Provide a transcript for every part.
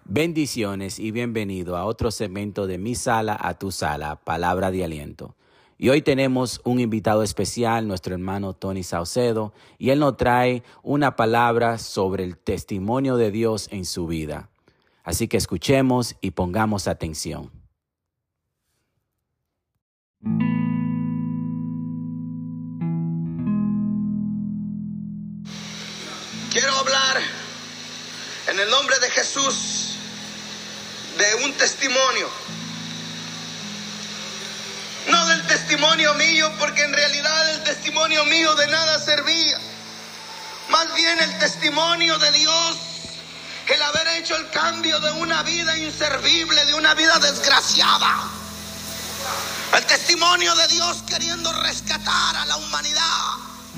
Bendiciones y bienvenido a otro segmento de Mi Sala a Tu Sala, Palabra de Aliento. Y hoy tenemos un invitado especial, nuestro hermano Tony Saucedo, y él nos trae una palabra sobre el testimonio de Dios en su vida. Así que escuchemos y pongamos atención. Quiero hablar en el nombre de Jesús de un testimonio. No del testimonio mío, porque en realidad el testimonio mío de nada servía. Más bien el testimonio de Dios, el haber hecho el cambio de una vida inservible, de una vida desgraciada. El testimonio de Dios queriendo rescatar a la humanidad.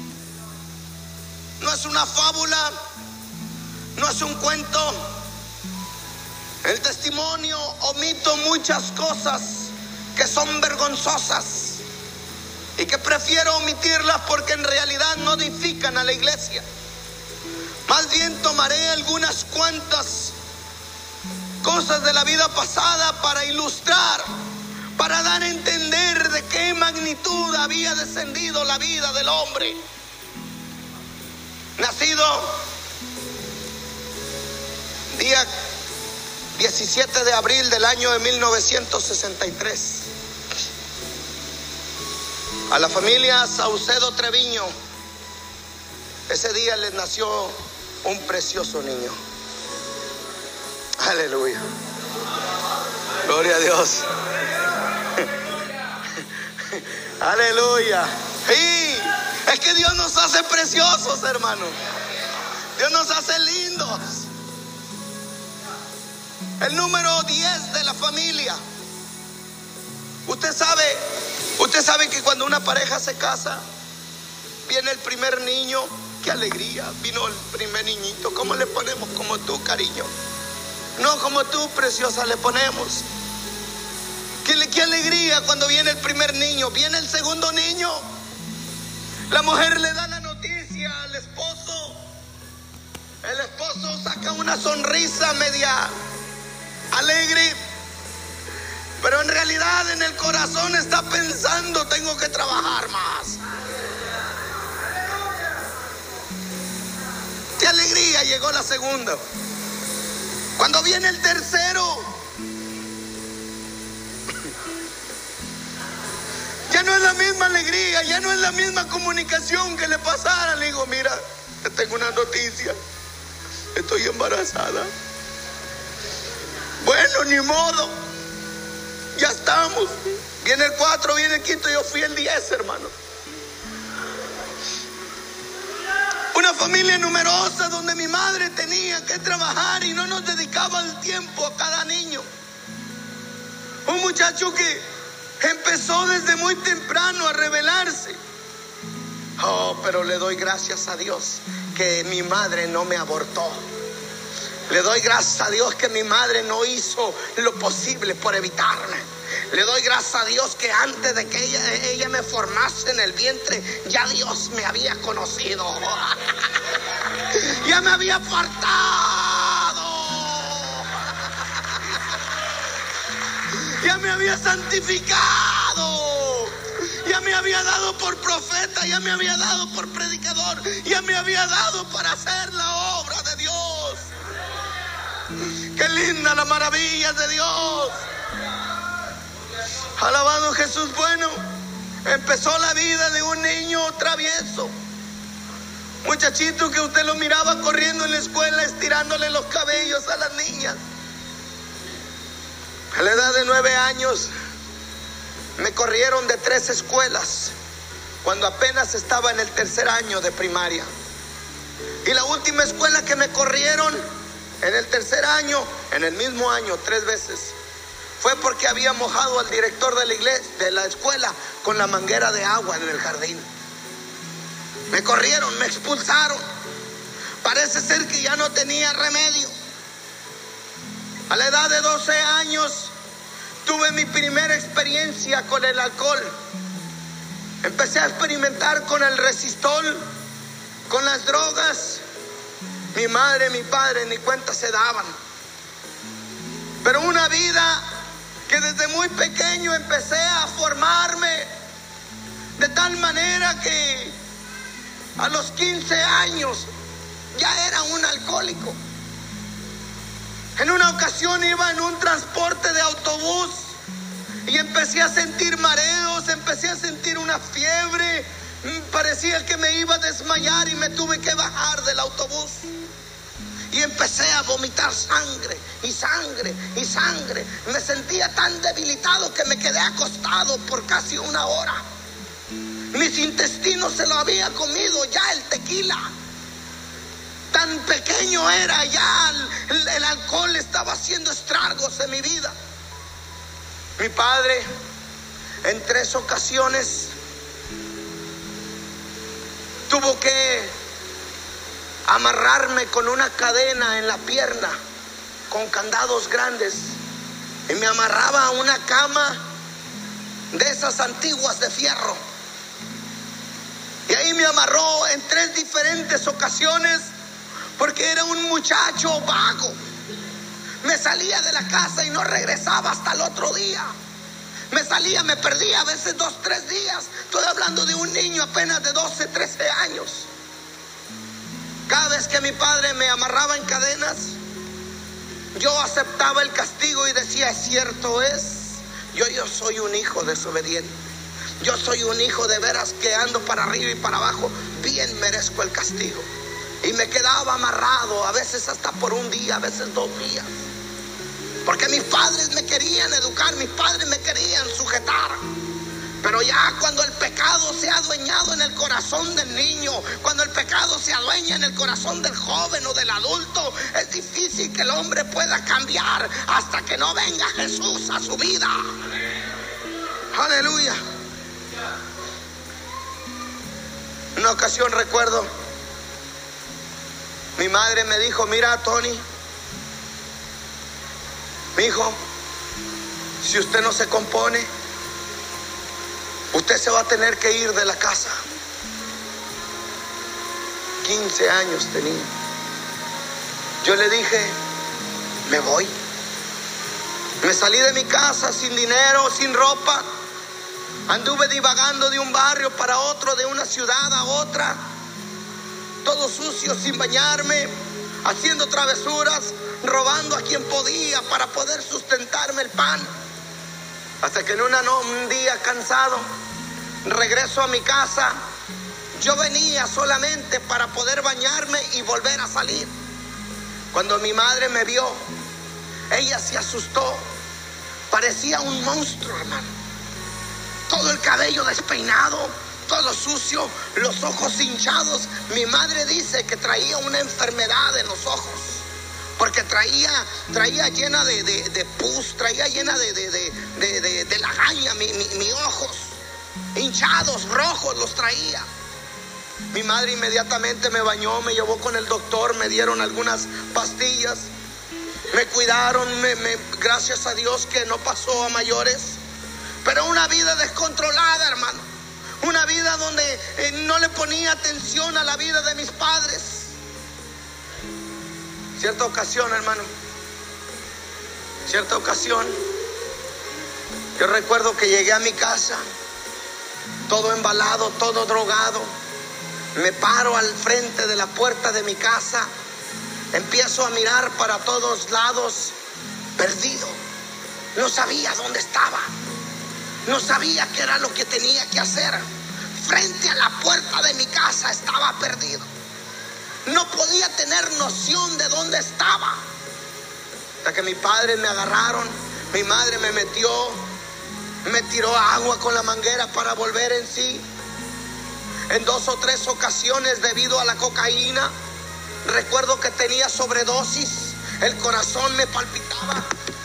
No es una fábula, no es un cuento. El testimonio omito muchas cosas que son vergonzosas y que prefiero omitirlas porque en realidad no edifican a la iglesia. Más bien tomaré algunas cuantas cosas de la vida pasada para ilustrar, para dar a entender de qué magnitud había descendido la vida del hombre. Nacido día 17 de abril del año de 1963. A la familia Saucedo Treviño, ese día les nació un precioso niño. Aleluya. Gloria a Dios. Aleluya. Sí, es que Dios nos hace preciosos, hermano. Dios nos hace lindos. El número 10 de la familia. Usted sabe que cuando una pareja se casa, viene el primer niño. Qué alegría, vino el primer niñito. ¿Cómo le ponemos? Como tú, cariño. No, como tú, preciosa, le ponemos. Qué alegría cuando viene el primer niño. Viene el segundo niño. La mujer le da la noticia al esposo. El esposo saca una sonrisa media alegre, pero en realidad en el corazón está pensando: tengo que trabajar más. ¡Qué alegría! Llegó la segunda. Cuando viene el tercero, ya no es la misma alegría, ya no es la misma comunicación que le pasara. Le digo: mira, te tengo una noticia, estoy embarazada. Bueno, ni modo, ya estamos. Viene el 4, viene el 5, yo fui el 10, hermano. Una familia numerosa donde mi madre tenía que trabajar y no nos dedicaba el tiempo a cada niño. Un muchacho que empezó desde muy temprano a rebelarse. Oh, pero le doy gracias a Dios que mi madre no me abortó. Le doy gracias a Dios que mi madre no hizo lo posible por evitarme. Le doy gracias a Dios que antes de que ella me formase en el vientre, ya Dios me había conocido. Ya me había apartado. Ya me había santificado. Ya me había dado por profeta, ya me había dado por predicador, ya me había dado para hacer la obra de Dios. Qué linda la maravilla de Dios. Alabado Jesús. Bueno, empezó la vida de un niño travieso, muchachito que usted lo miraba corriendo en la escuela, estirándole los cabellos a las niñas. A la edad de 9 años me corrieron de 3 escuelas cuando apenas estaba en el tercer año de primaria. Y la última escuela que me corrieron en el tercer año, en el mismo año, 3 veces, fue porque había mojado al director de la iglesia, de la escuela, con la manguera de agua en el jardín. Me corrieron, me expulsaron. Parece ser que ya no tenía remedio. A la edad de 12 años tuve mi primera experiencia con el alcohol. Empecé a experimentar con el resistol, con las drogas. Mi madre, mi padre ni cuenta se daban. vida que desde muy pequeño empecé a formarme de tal manera que a los 15 años ya era un alcohólico. En una ocasión iba en un transporte de autobús y empecé a sentir mareos, empecé a sentir una fiebre, parecía que me iba a desmayar y me tuve que bajar del autobús. Y empecé a vomitar sangre y sangre y sangre. Me sentía tan debilitado que me quedé acostado por casi una hora. Mis intestinos se lo había comido ya el tequila. Tan pequeño era ya, el alcohol estaba haciendo estragos en mi vida. Mi padre en 3 ocasiones tuvo que amarrarme con una cadena en la pierna, con candados grandes, y me amarraba a una cama de esas antiguas de fierro. Y ahí me amarró en 3 diferentes ocasiones, porque era un muchacho vago. Me salía de la casa y no regresaba hasta el otro día. Me salía, me perdía a veces 2, 3 días. Estoy hablando de un niño apenas de 12, 13 años. Cada vez que mi padre me amarraba en cadenas, yo aceptaba el castigo y decía, es cierto es, yo soy un hijo desobediente. Yo soy un hijo de veras que ando para arriba y para abajo, bien merezco el castigo. Y me quedaba amarrado, a veces hasta por un día, a veces 2 días. Porque mis padres me querían educar, mis padres me querían sujetar. Pero ya cuando el pecado se ha adueñado en el corazón del niño, cuando el pecado se adueña en el corazón del joven o del adulto, es difícil que el hombre pueda cambiar hasta que no venga Jesús a su vida. Aleluya. Una ocasión recuerdo, mi madre me dijo, mira Tony, mi hijo, si usted no se compone, usted se va a tener que ir de la casa. 15 años tenía. Yo le dije, me voy. Me salí de mi casa sin dinero, sin ropa. Anduve divagando de un barrio para otro, de una ciudad a otra, todo sucio, sin bañarme, haciendo travesuras, robando a quien podía para poder sustentarme el pan. Hasta que en un día cansado, regreso a mi casa. Yo venía solamente para poder bañarme y volver a salir. Cuando mi madre me vio, ella se asustó. Parecía un monstruo, hermano. Todo el cabello despeinado, todo sucio, los ojos hinchados. Mi madre dice que traía una enfermedad en los ojos, porque traía llena de pus, traía llena de lagaña mis ojos, hinchados, rojos los traía. Mi madre inmediatamente me bañó, me llevó con el doctor, me dieron algunas pastillas, me cuidaron, gracias a Dios que no pasó a mayores. Pero una vida descontrolada, hermano. Una vida donde no le ponía atención a la vida de mis padres. Cierta ocasión, hermano, cierta ocasión, yo recuerdo que llegué a mi casa, todo embalado, todo drogado. Me paro al frente de la puerta de mi casa, empiezo a mirar para todos lados, perdido. No sabía dónde estaba. No sabía qué era lo que tenía que hacer. Frente a la puerta de mi casa estaba perdido. No podía tener noción de dónde estaba. Hasta que mis padres me agarraron, mi madre me metió, me tiró agua con la manguera para volver en sí. En 2 o 3 ocasiones, debido a la cocaína, recuerdo que tenía sobredosis. El corazón me palpitaba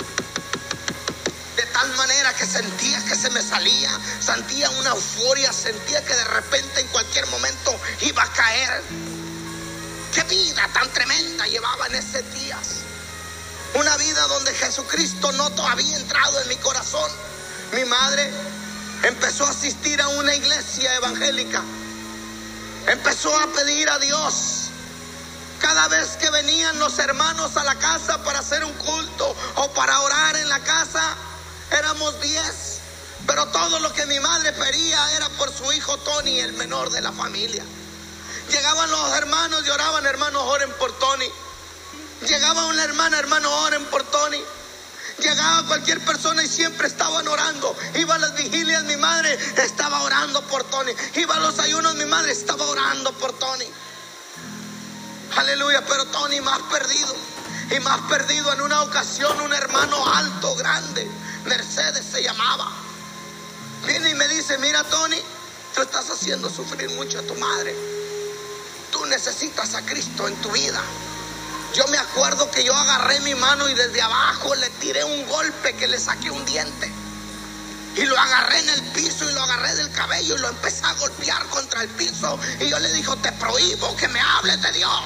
de tal manera que sentía que se me salía, sentía una euforia, sentía que de repente en cualquier momento iba a caer. Qué vida tan tremenda llevaba en esos días. Una vida donde Jesucristo no había entrado en mi corazón. Mi madre empezó a asistir a una iglesia evangélica. Empezó a pedir a Dios. Cada vez que venían los hermanos a la casa para hacer un culto o para orar en la la casa éramos 10, pero todo lo que mi madre pedía era por su hijo Tony, el menor de la familia. Llegaban los hermanos y oraban: hermanos, oren por Tony. Llegaba una hermana: hermanos, oren por Tony. Llegaba cualquier persona y siempre estaban orando. Iba a las vigilias, mi madre estaba orando por Tony. Iba a los ayunos, mi madre estaba orando por Tony. Aleluya. Pero Tony más perdido. Y más perdido. En una ocasión, un hermano alto, grande, Mercedes se llamaba, viene y me dice: mira, Tony, tú estás haciendo sufrir mucho a tu madre. Tú necesitas a Cristo en tu vida. Yo me acuerdo que yo agarré mi mano y desde abajo le tiré un golpe que le saqué un diente. Y lo agarré en el piso y lo agarré del cabello y lo empecé a golpear contra el piso. Y yo le dije: te prohíbo que me hables de Dios.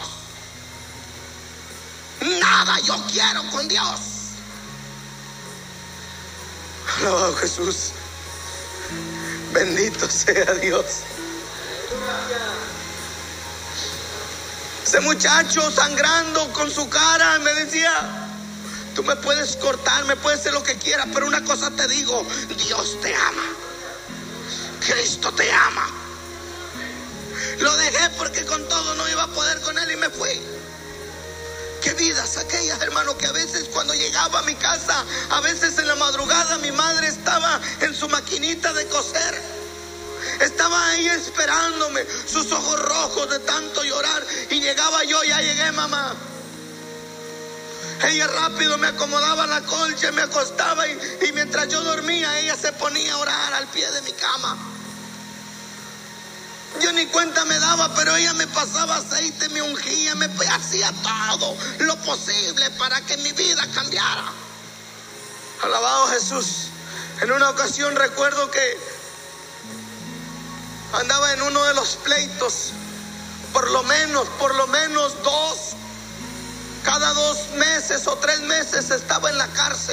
Nada yo quiero con Dios. Alabado Jesús. Bendito sea Dios. Ese muchacho sangrando con su cara me decía: tú me puedes cortar, me puedes hacer lo que quieras, pero una cosa te digo: Dios te ama. Cristo te ama. Lo dejé porque con todo no iba a poder con él y me fui. Qué vidas aquellas, hermano, que a veces cuando llegaba a mi casa, a veces en la madrugada, mi madre estaba en su maquinita de coser. Estaba ahí esperándome, sus ojos rojos de tanto llorar. Y llegaba yo: ya llegué, mamá. Ella rápido me acomodaba la colcha, me acostaba y mientras yo dormía, ella se ponía a orar al pie de mi cama. Yo ni cuenta me daba, pero ella me pasaba aceite, me ungía, me hacía todo lo posible para que mi vida cambiara. Alabado Jesús. En una ocasión recuerdo que andaba en uno de los pleitos, por lo menos cada 2 meses o 3 meses estaba en la cárcel.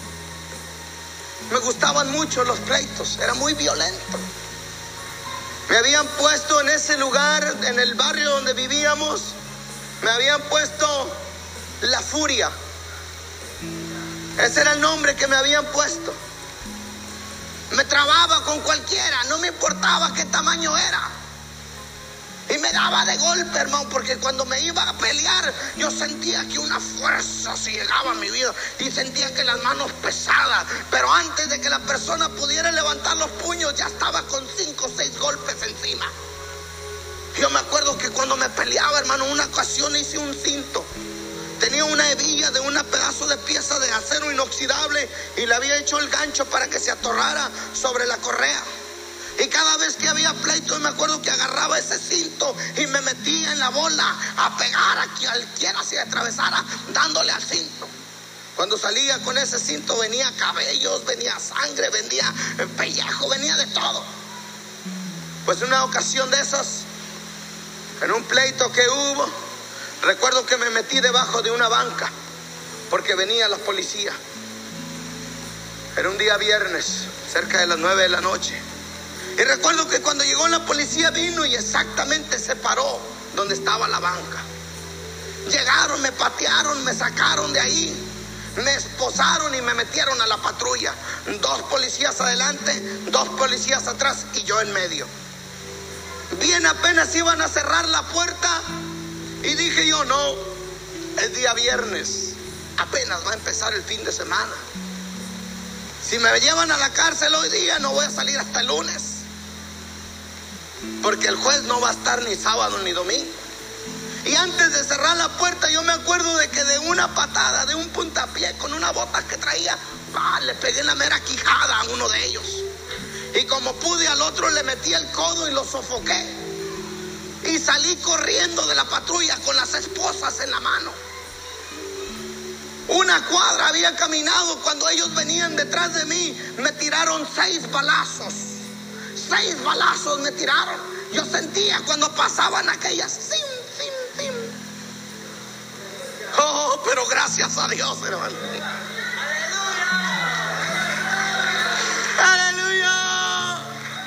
Me gustaban mucho los pleitos, era muy violento. Me habían puesto en ese lugar, en el barrio donde vivíamos, me habían puesto La Furia. Ese era el nombre que me habían puesto. Me trababa con cualquiera, no me importaba qué tamaño era. Y me daba de golpe, hermano, porque cuando me iba a pelear, yo sentía que una fuerza se llegaba a mi vida y sentía que las manos pesadas. Pero antes de que la persona pudiera levantar los puños, ya estaba con 5 o 6 golpes encima. Yo me acuerdo que cuando me peleaba, hermano, una ocasión hice un cinto. Tenía una hebilla de un pedazo de pieza de acero inoxidable y le había hecho el gancho para que se atorara sobre la correa. Y cada vez que había pleito, me acuerdo que agarraba ese cinto y me metía en la bola a pegar a cualquiera se atravesara dándole al cinto. Cuando salía con ese cinto venía cabellos, venía sangre, venía pellejo, venía de todo. Pues en una ocasión de esas, en un pleito que hubo, recuerdo que me metí debajo de una banca porque venía la policía. Era un día viernes, cerca de las 9 de la noche. Y recuerdo que cuando llegó la policía vino y exactamente se paró donde estaba la banca. Llegaron, me patearon, me sacaron de ahí, me esposaron y me metieron a la patrulla. 2 policías adelante, 2 policías atrás y yo en medio. Bien apenas iban a cerrar la puerta y dije yo: no, es día viernes, apenas va a empezar el fin de semana. Si me llevan a la cárcel hoy día, no voy a salir hasta el lunes, porque el juez no va a estar ni sábado ni domingo. Y antes de cerrar la puerta, yo me acuerdo de que de una patada, de un puntapié con una bota que traía, le pegué en la mera quijada a uno de ellos. Y como pude, al otro le metí el codo y lo sofoqué. Y salí corriendo de la patrulla con las esposas en la mano. Una cuadra había caminado cuando ellos venían detrás de mí. Me tiraron 6 balazos. 6 balazos me tiraron. Yo sentía cuando pasaban aquellas. ¡Sim, sim, sim! Oh, pero gracias a Dios, hermano. ¡Aleluya!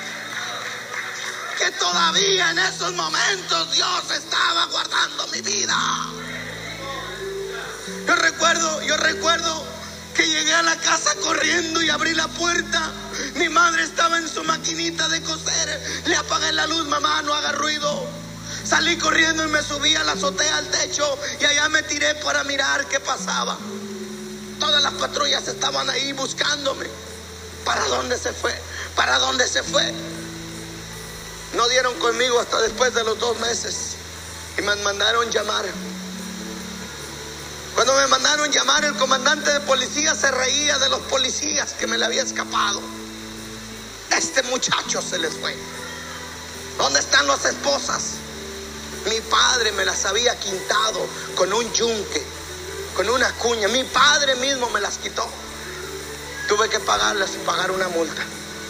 Que todavía en esos momentos Dios estaba guardando mi vida. Yo recuerdo que llegué a la casa corriendo y abrí la puerta. Mi madre estaba en su maquinita de coser. Le apagué la luz, mamá, no haga ruido. Salí corriendo y me subí a la azotea, al techo, y allá me tiré para mirar qué pasaba. Todas las patrullas estaban ahí buscándome. ¿Para dónde se fue? ¿Para dónde se fue? No dieron conmigo hasta después de los 2 meses y me mandaron llamar. Cuando me mandaron llamar, el comandante de policía se reía de los policías que me le había escapado. Este muchacho se les fue. ¿Dónde están las esposas? Mi padre me las había quitado con un yunque, con una cuña. Mi padre mismo me las quitó. Tuve que pagarlas y pagar una multa.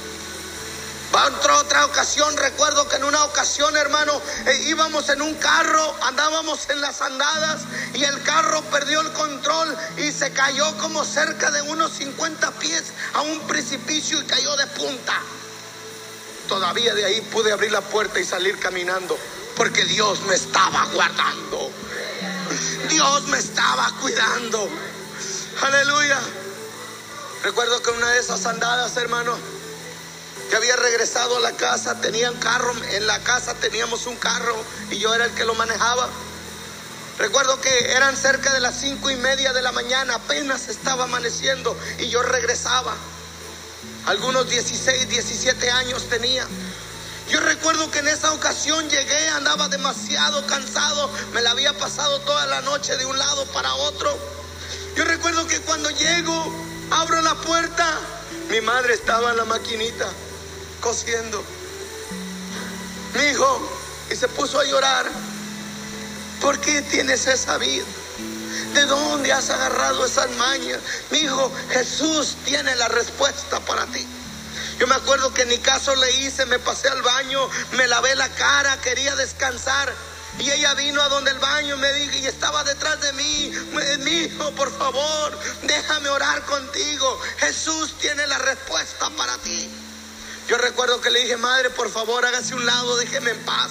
Otra ocasión, recuerdo que en una ocasión, hermano, íbamos en un carro, andábamos en las andadas y el carro perdió el control y se cayó como cerca de unos 50 pies a un precipicio y cayó de punta. Todavía de ahí pude abrir la puerta y salir caminando porque Dios me estaba guardando. Dios me estaba cuidando. Aleluya. Recuerdo que una de esas andadas, hermano, que había regresado a la casa, tenían carro, en la casa teníamos un carro y yo era el que lo manejaba. Recuerdo que eran cerca de las 5:30 de la mañana, apenas estaba amaneciendo y yo regresaba. Algunos 16, 17 años tenía. Yo recuerdo que en esa ocasión llegué, andaba demasiado cansado, me la había pasado toda la noche de un lado para otro. Yo recuerdo que cuando llego, abro la puerta, mi madre estaba en la maquinita cosiendo. Mi hijo, y se puso a llorar. ¿Por qué tienes esa vida? ¿De dónde has agarrado esas mañas? Mi hijo, Jesús tiene la respuesta para ti. Yo me acuerdo que ni caso le hice, me pasé al baño, me lavé la cara, quería descansar. Y ella vino a donde el baño me dijo, y estaba detrás de mí. Mi hijo, por favor, déjame orar contigo. Jesús tiene la respuesta para ti. Yo recuerdo que le dije, madre, por favor, hágase un lado, déjeme en paz.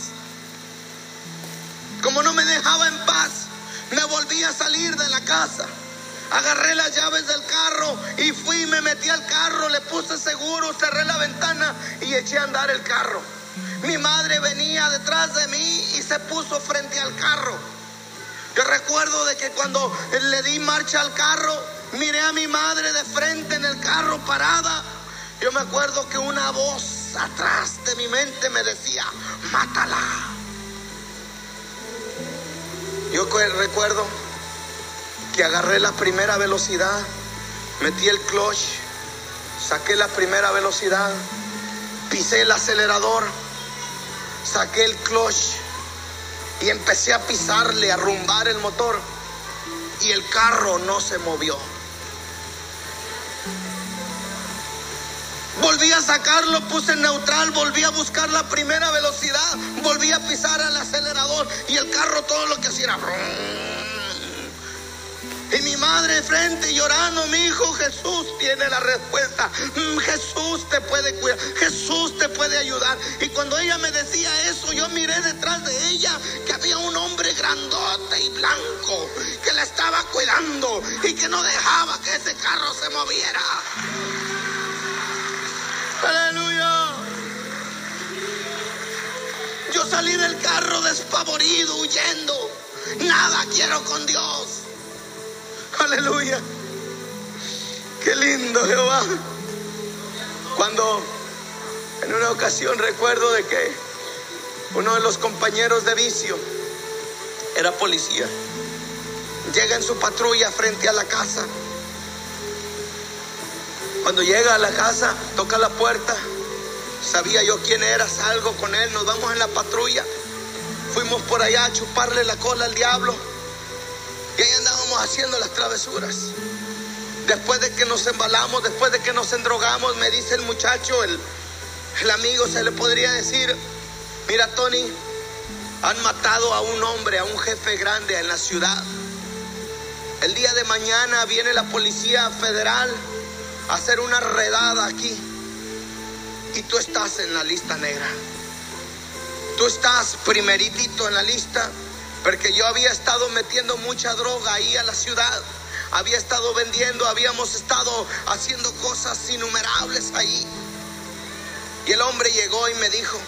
Como no me dejaba en paz, me volví a salir de la casa. Agarré las llaves del carro y fui, me metí al carro, le puse seguro, cerré la ventana y eché a andar el carro. Mi madre venía detrás de mí y se puso frente al carro. Yo recuerdo de que cuando le di marcha al carro, miré a mi madre de frente en el carro parada. Yo me acuerdo que una voz atrás de mi mente me decía, mátala. Yo recuerdo que agarré la primera velocidad, metí el clutch, saqué la primera velocidad, pisé el acelerador, saqué el clutch y empecé a pisarle, a rumbar el motor, y el carro no se movió. Volví a sacarlo, puse en neutral, volví a buscar la primera velocidad, volví a pisar el acelerador y el carro todo lo que hacía era brum. Y mi madre frente llorando, mi hijo, Jesús tiene la respuesta. Jesús te puede cuidar, Jesús te puede ayudar. Y cuando ella me decía eso, yo miré detrás de ella que había un hombre grandote y blanco que la estaba cuidando y que no dejaba que ese carro se moviera. Aleluya. Yo salí del carro despavorido, huyendo. Nada quiero con Dios. Aleluya. Qué lindo, Jehová. Cuando en una ocasión recuerdo de que uno de los compañeros de vicio era policía. Llega en su patrulla frente a la casa. Cuando llega a la casa, toca la puerta. Sabía yo quién era, salgo con él, nos vamos en la patrulla. Fuimos por allá a chuparle la cola al diablo. Y ahí andábamos haciendo las travesuras. Después de que nos embalamos, después de que nos endrogamos, me dice el muchacho, el amigo, se le podría decir, mira, Tony, han matado a un hombre, a un jefe grande en la ciudad. El día de mañana viene la policía federal a hacer una redada aquí. Y tú estás en la lista negra. Tú estás primeritito en la lista. Porque yo había estado metiendo mucha droga ahí a la ciudad. había estado vendiendo, habíamos estado haciendo cosas innumerables ahí. Y el hombre llegó y me dijo,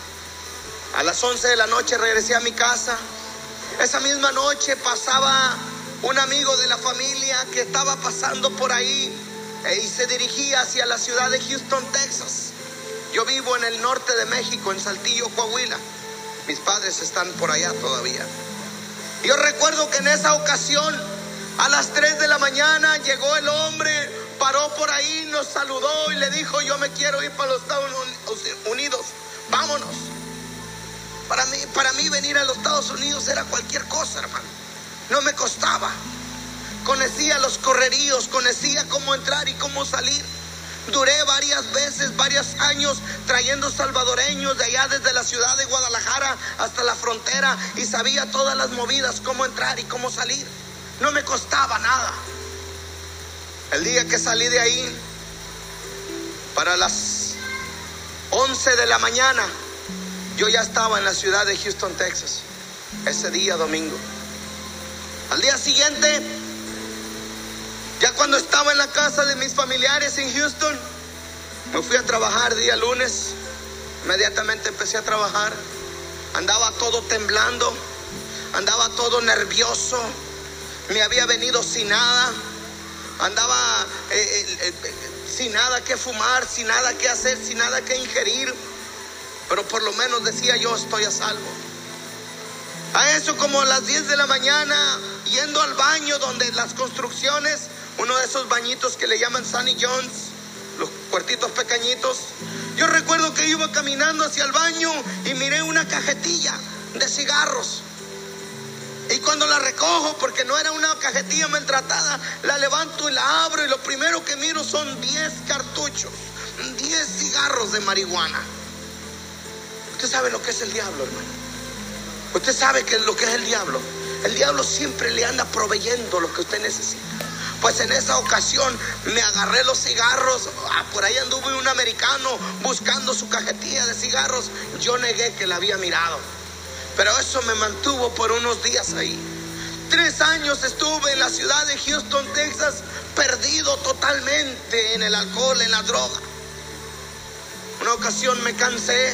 a las 11 de la noche regresé a mi casa. Esa misma noche pasaba un amigo de la familia que estaba pasando por ahí y se dirigía hacia la ciudad de Houston, Texas. Yo vivo en el norte de México, en Saltillo, Coahuila. Mis padres están por allá todavía. Yo recuerdo que en esa ocasión, a las 3 de la mañana, llegó el hombre, paró por ahí, nos saludó y le dijo, yo me quiero ir para los Estados Unidos, vámonos. Para mí venir a los Estados Unidos era cualquier cosa, hermano. No me costaba. Conocía los correríos, conocía cómo entrar y cómo salir. Duré varias veces, varios años trayendo salvadoreños de allá desde la ciudad de Guadalajara hasta la frontera y sabía todas las movidas, cómo entrar y cómo salir. No me costaba nada. El día que salí de ahí, para las 11 de la mañana, yo ya estaba en la ciudad de Houston, Texas, ese día domingo. Al día siguiente, ya cuando estaba en la casa de mis familiares en Houston, me fui a trabajar día lunes. Inmediatamente empecé a trabajar. Andaba todo temblando, andaba todo nervioso. Me había venido sin nada. Andaba sin nada que fumar, sin nada que hacer, sin nada que ingerir. Pero por lo menos decía yo, estoy a salvo. A eso como a las 10 de la mañana, yendo al baño donde las construcciones, uno de esos bañitos que le llaman Sunny Jones, los cuartitos pequeñitos. Yo recuerdo que iba caminando hacia el baño y miré una cajetilla de cigarros. Y cuando la recojo, porque no era una cajetilla maltratada, la levanto y la abro y lo primero que miro son 10 cartuchos, 10 cigarros de marihuana. Usted sabe lo que es el diablo, hermano. Usted sabe lo que es el diablo. El diablo siempre le anda proveyendo lo que usted necesita. Pues en esa ocasión me agarré los cigarros. Por ahí anduvo un americano buscando su cajetilla de cigarros. Yo negué que la había mirado, pero eso me mantuvo por unos días ahí. 3 años estuve en la ciudad de Houston, Texas, perdido totalmente en el alcohol, en la droga. Una ocasión me cansé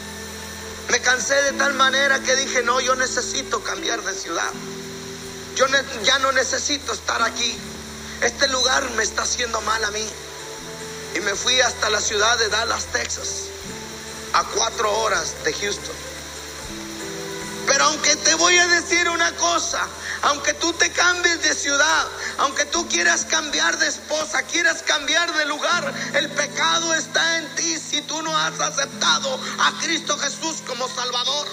de tal manera que dije, no, yo necesito cambiar de ciudad. Yo ya no necesito estar aquí. Este lugar me está haciendo mal a mí. Y me fui hasta la ciudad de Dallas, Texas, a 4 horas de Houston. Pero aunque te voy a decir una cosa, aunque tú te cambies de ciudad, aunque tú quieras cambiar de esposa, quieras cambiar de lugar, el pecado está en ti si tú no has aceptado a Cristo Jesús como Salvador.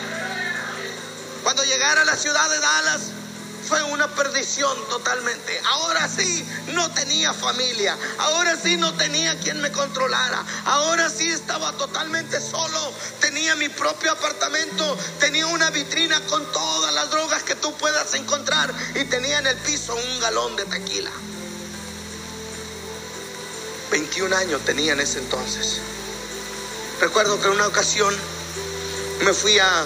Cuando llegara a la ciudad de Dallas, fue una perdición totalmente. Ahora sí no tenía familia, ahora sí no tenía quien me controlara, ahora sí estaba totalmente solo. Tenía mi propio apartamento, tenía una vitrina con todas las drogas que tú puedas encontrar y tenía en el piso un galón de tequila. 21 años tenía en ese entonces. Recuerdo que en una ocasión me fui a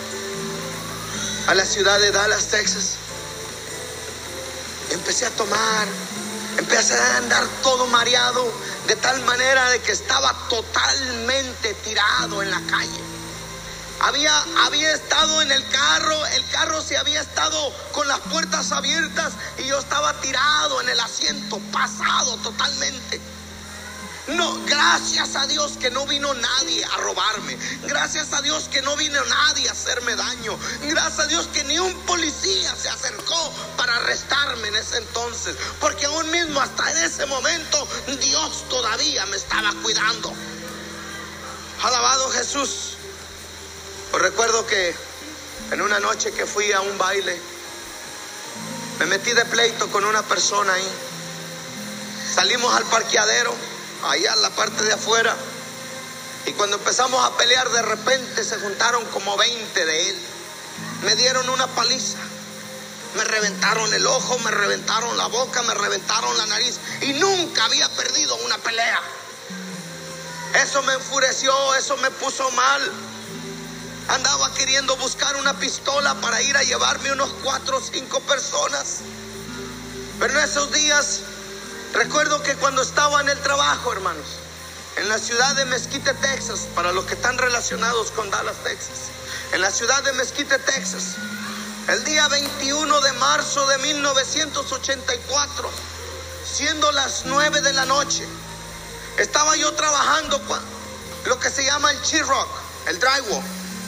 la ciudad de Dallas, Texas. Empecé a tomar, empecé a andar todo mareado, de tal manera de que estaba totalmente tirado en la calle. Había estado en el carro se había estado con las puertas abiertas y yo estaba tirado en el asiento, pasado totalmente. No, gracias a Dios que no vino nadie a robarme. Gracias a Dios que no vino nadie a hacerme daño. Gracias a Dios que ni un policía se acercó para arrestarme en ese entonces. Porque aún mismo hasta en ese momento Dios todavía me estaba cuidando. Alabado Jesús. Pues recuerdo que en una noche que fui a un baile, me metí de pleito con una persona ahí. Salimos al parqueadero, allá en la parte de afuera, y cuando empezamos a pelear, de repente se juntaron como 20 de él. Me dieron una paliza, me reventaron el ojo, me reventaron la boca, me reventaron la nariz, y nunca había perdido una pelea. Eso me enfureció, eso me puso mal. Andaba queriendo buscar una pistola para ir a llevarme unos 4 o 5 personas. Pero en esos días, recuerdo que cuando estaba en el trabajo, hermanos, en la ciudad de Mesquite, Texas, para los que están relacionados con Dallas, Texas, en la ciudad de Mesquite, Texas, el día 21 de marzo de 1984, siendo las 9 de la noche, estaba yo trabajando lo que se llama el sheetrock, el drywall.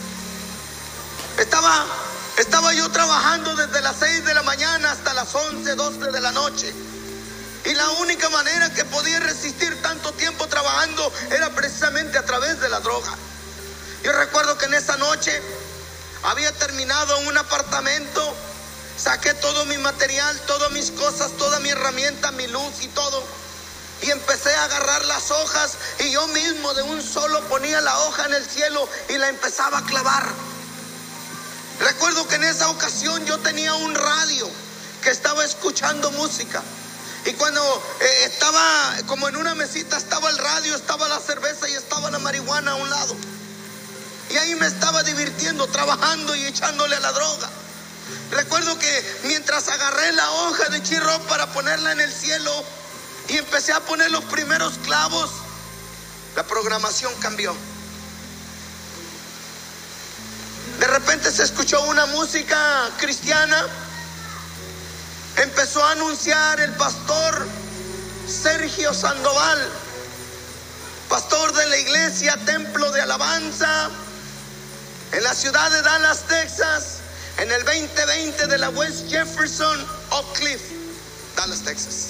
Estaba yo trabajando desde las 6 de la mañana hasta las 11, 12 de la noche. Y la única manera que podía resistir tanto tiempo trabajando era precisamente a través de la droga. Yo recuerdo que en esa noche había terminado en un apartamento, saqué todo mi material, todas mis cosas, toda mi herramienta, mi luz y todo. Y empecé a agarrar las hojas y yo mismo de un solo ponía la hoja en el cielo y la empezaba a clavar. Recuerdo que en esa ocasión yo tenía un radio que estaba escuchando música. Y cuando estaba como en una mesita, estaba el radio, estaba la cerveza y estaba la marihuana a un lado. Y ahí me estaba divirtiendo, trabajando y echándole a la droga. Recuerdo que mientras agarré la hoja de sheetrock para ponerla en el cielo y empecé a poner los primeros clavos, la programación cambió. De repente se escuchó una música cristiana. Empezó a anunciar el pastor Sergio Sandoval, pastor de la iglesia Templo de Alabanza, en la ciudad de Dallas, Texas, en el 2020 de la West Jefferson, Oak Cliff, Dallas, Texas.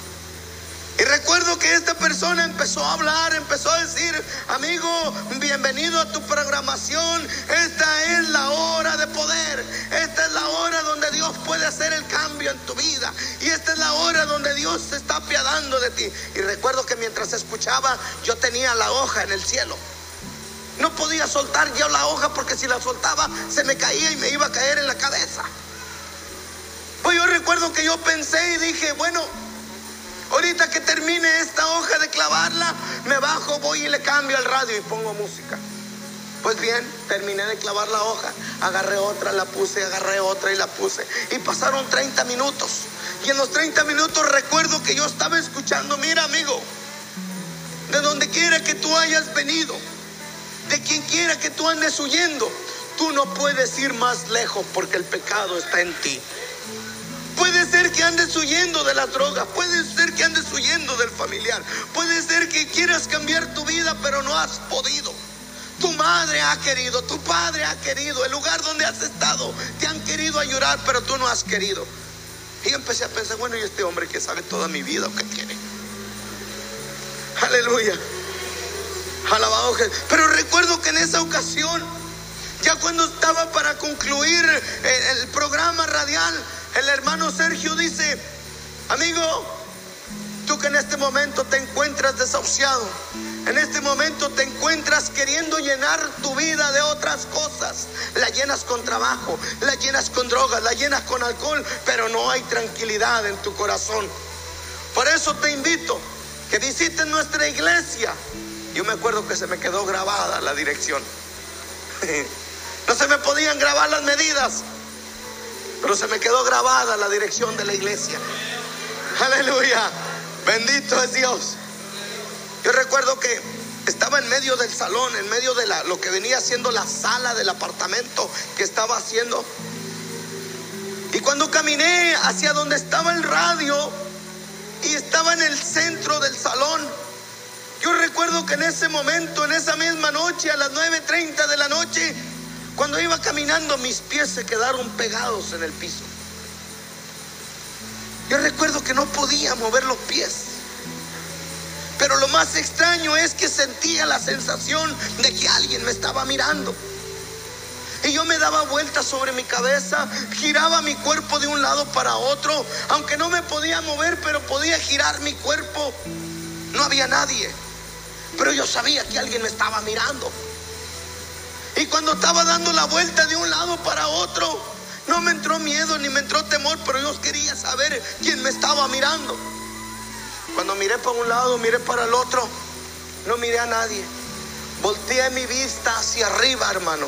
Y recuerdo que esta persona empezó a hablar, empezó a decir: amigo, bienvenido a tu programación. Esta es la hora de poder. Esta es la hora donde Dios puede hacer el cambio en tu vida. Y esta es la hora donde Dios se está apiadando de ti. Y recuerdo que mientras escuchaba, yo tenía la hoja en el cielo. No podía soltar yo la hoja porque si la soltaba se me caía y me iba a caer en la cabeza. Pues yo recuerdo que yo pensé y dije: bueno, ahorita que termine esta hoja de clavarla, me bajo, voy y le cambio al radio y pongo música. Pues bien, terminé de clavar la hoja, agarré otra, la puse, agarré otra y la puse. Y pasaron 30 minutos. Y en los 30 minutos recuerdo que yo estaba escuchando: mira, amigo, de donde quiera que tú hayas venido, de quien quiera que tú andes huyendo, tú no puedes ir más lejos porque el pecado está en ti. Puede ser que andes huyendo de la droga, puede ser que andes huyendo del familiar, puede ser que quieras cambiar tu vida pero no has podido. Tu madre ha querido, tu padre ha querido, el lugar donde has estado te han querido ayudar pero tú no has querido. Y yo empecé a pensar: bueno, ¿y este hombre que sabe toda mi vida o qué tiene? Aleluya, alabado Jesús. Pero recuerdo que en esa ocasión, ya cuando estaba para concluir el programa radial, el hermano Sergio dice: amigo, tú que en este momento te encuentras desahuciado, en este momento te encuentras queriendo llenar tu vida de otras cosas, la llenas con trabajo, la llenas con drogas, la llenas con alcohol, pero no hay tranquilidad en tu corazón. Por eso te invito que visites nuestra iglesia. Yo me acuerdo que se me quedó grabada la dirección. No se me podían grabar las medidas, pero se me quedó grabada la dirección de la iglesia. Aleluya, bendito es Dios. Yo recuerdo que estaba en medio del salón, en medio de lo que venía siendo la sala del apartamento que estaba haciendo. Y cuando caminé hacia donde estaba el radio y estaba en el centro del salón, yo recuerdo que en ese momento, en esa misma noche, a las 9:30 de la noche, cuando iba caminando, mis pies se quedaron pegados en el piso. Yo recuerdo que no podía mover los pies. Pero lo más extraño es que sentía la sensación de que alguien me estaba mirando. Y yo me daba vueltas sobre mi cabeza, giraba mi cuerpo de un lado para otro. Aunque no me podía mover, pero podía girar mi cuerpo. No había nadie, pero yo sabía que alguien me estaba mirando. Y cuando estaba dando la vuelta de un lado para otro, no me entró miedo ni me entró temor, pero yo quería saber quién me estaba mirando. Cuando miré para un lado, miré para el otro, no miré a nadie. Volteé mi vista hacia arriba, hermano.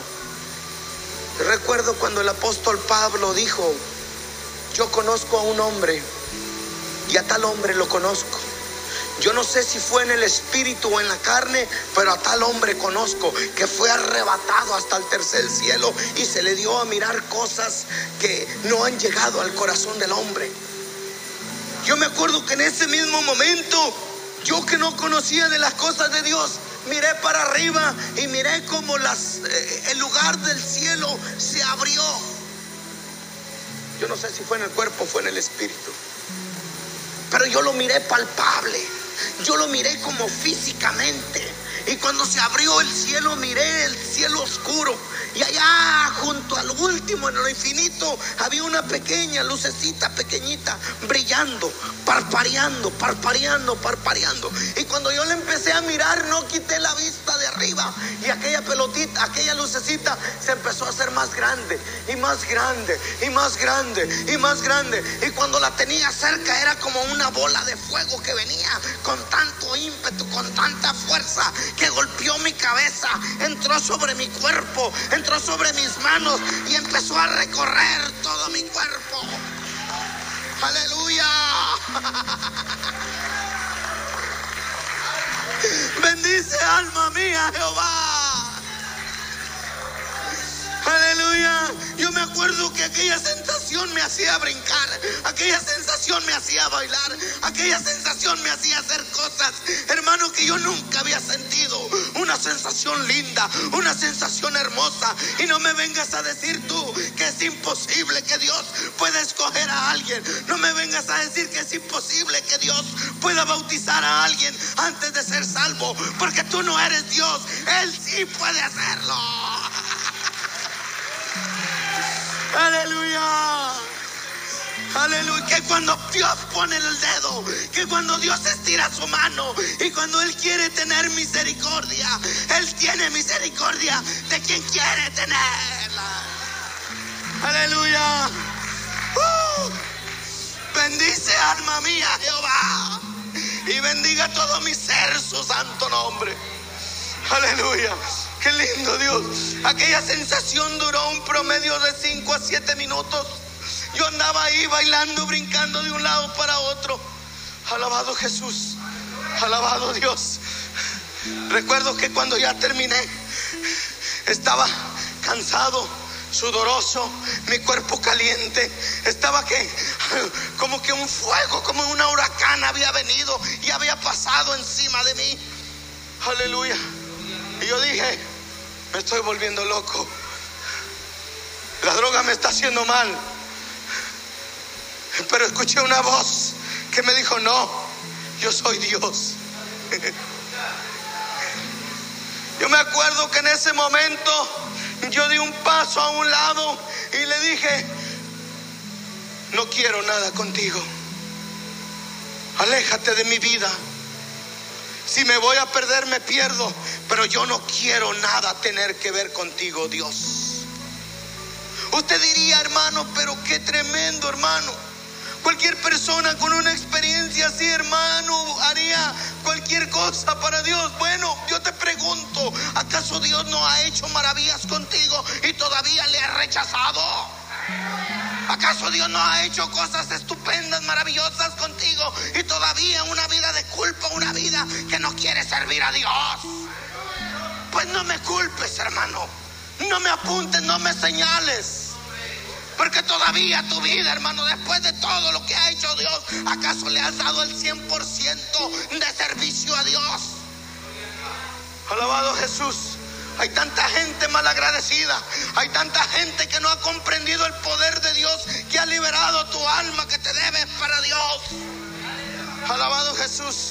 Recuerdo cuando el apóstol Pablo dijo: yo conozco a un hombre y a tal hombre lo conozco. Yo no sé si fue en el espíritu o en la carne, pero a tal hombre conozco que fue arrebatado hasta el tercer cielo y se le dio a mirar cosas que no han llegado al corazón del hombre. Yo me acuerdo que en ese mismo momento, yo que no conocía de las cosas de Dios, miré para arriba y miré como el lugar del cielo se abrió. Yo no sé si fue en el cuerpo o fue en el espíritu, pero yo lo miré palpable. Yo lo miré como físicamente. Y cuando se abrió el cielo, miré el cielo oscuro. Y allá junto al último, en lo infinito, había una pequeña lucecita pequeñita, brillando, parpadeando, parpadeando, parpadeando. Y cuando yo le empecé a mirar, no quité la vista de arriba. Y aquella pelotita, aquella lucecita se empezó a hacer más grande, y más grande, y más grande, y más grande. Y cuando la tenía cerca, era como una bola de fuego que venía con tanto ímpetu, con tanta fuerza, que golpeó mi cabeza, entró sobre mi cuerpo, entró sobre mis manos y empezó a recorrer todo mi cuerpo. Aleluya. Bendice alma mía Jehová. Aleluya. Yo me acuerdo que aquella sensación me hacía brincar, aquella sensación me hacía bailar, aquella sensación me hacía hacer cosas, hermano, que yo nunca había sentido. Una sensación linda, una sensación hermosa. Y no me vengas a decir tú que es imposible que Dios pueda escoger a alguien. No me vengas a decir que es imposible que Dios pueda bautizar a alguien antes de ser salvo, porque tú no eres Dios. Él sí puede hacerlo. Aleluya. Aleluya. Que cuando Dios pone el dedo, que cuando Dios estira su mano y cuando Él quiere tener misericordia, Él tiene misericordia de quien quiere tenerla. Aleluya. Bendice alma mía Jehová, y bendiga todo mi ser su santo nombre. Aleluya. Qué lindo Dios. Aquella sensación duró un promedio de 5 a 7 minutos. Yo andaba ahí bailando, brincando de un lado para otro. Alabado Jesús, alabado Dios. Recuerdo que cuando ya terminé, estaba cansado, sudoroso, mi cuerpo caliente. Estaba como que un fuego, como una huracán había venido y había pasado encima de mí. Aleluya. Y yo dije, me estoy volviendo loco. La droga me está haciendo mal. Pero escuché una voz que me dijo, no, yo soy Dios. Yo me acuerdo que en ese momento yo di un paso a un lado y le dije, no quiero nada contigo. Aléjate de mi vida. Si me voy a perder, me pierdo, pero yo no quiero nada tener que ver contigo, Dios. Usted diría, hermano, pero qué tremendo, hermano. Cualquier persona con una experiencia así, hermano, haría cualquier cosa para Dios. Bueno, yo te pregunto, ¿acaso Dios no ha hecho maravillas contigo y todavía le ha rechazado? ¿Acaso Dios no ha hecho cosas estupendas, maravillosas contigo y todavía una vida de culpa, una vida que no quiere servir a Dios? Pues no me culpes, hermano. No me apuntes, no me señales. Porque todavía tu vida, hermano, después de todo lo que ha hecho Dios, ¿acaso le has dado el 100% de servicio a Dios? Alabado Jesús. Hay tanta gente malagradecida, hay tanta gente que no ha comprendido el poder de Dios, que ha liberado tu alma, que te debes para Dios. Alabado Jesús.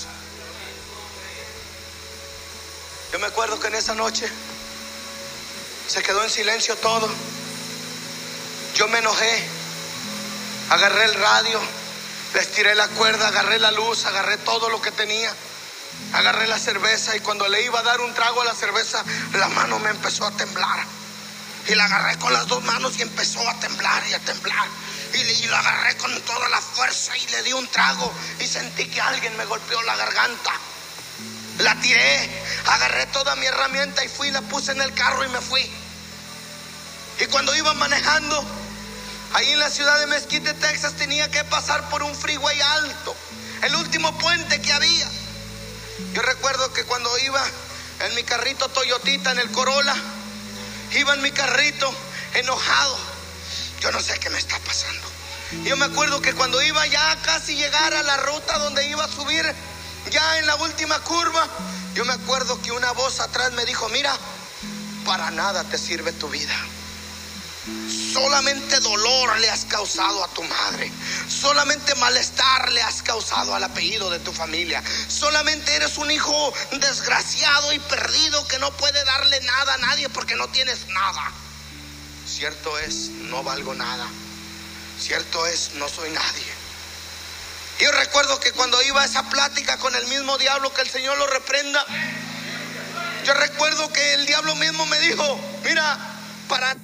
Yo me acuerdo que en esa noche se quedó en silencio todo. Yo me enojé, agarré el radio, le estiré la cuerda, agarré la luz, agarré todo lo que tenía. Agarré la cerveza y cuando le iba a dar un trago a la cerveza, la mano me empezó a temblar. Y la agarré con las dos manos y empezó a temblar y a temblar. Y la agarré con toda la fuerza y le di un trago y sentí que alguien me golpeó la garganta. La tiré, agarré toda mi herramienta y fui, la puse en el carro y me fui. Y cuando iba manejando, ahí en la ciudad de Mesquite, Texas, tenía que pasar por un freeway alto. el último puente que había. Yo recuerdo que cuando iba en mi carrito Toyotita, en el Corolla, iba en mi carrito enojado. Yo no sé qué me está pasando. Yo me acuerdo que cuando iba ya a casi llegar a la ruta donde iba a subir, ya en la última curva, yo me acuerdo que una voz atrás me dijo: mira, para nada te sirve tu vida. Solamente dolor le has causado a tu madre. Solamente malestar le has causado al apellido de tu familia. Solamente eres un hijo desgraciado y perdido que no puede darle nada a nadie porque no tienes nada. Cierto es, no valgo nada. Cierto es, no soy nadie. Yo recuerdo que cuando iba a esa plática con el mismo diablo, que el Señor lo reprenda, yo recuerdo que el diablo mismo me dijo: mira, para...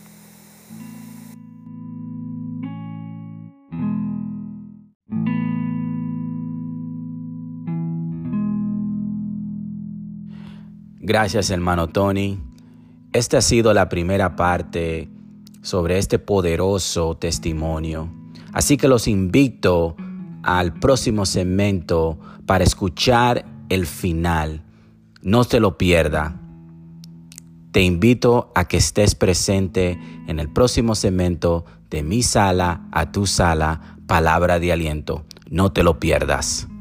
Gracias, hermano Tony. Esta ha sido la primera parte sobre este poderoso testimonio. Así que los invito al próximo segmento para escuchar el final. No te lo pierda. Te invito a que estés presente en el próximo segmento de Mi Sala a Tu Sala, Palabra de Aliento. No te lo pierdas.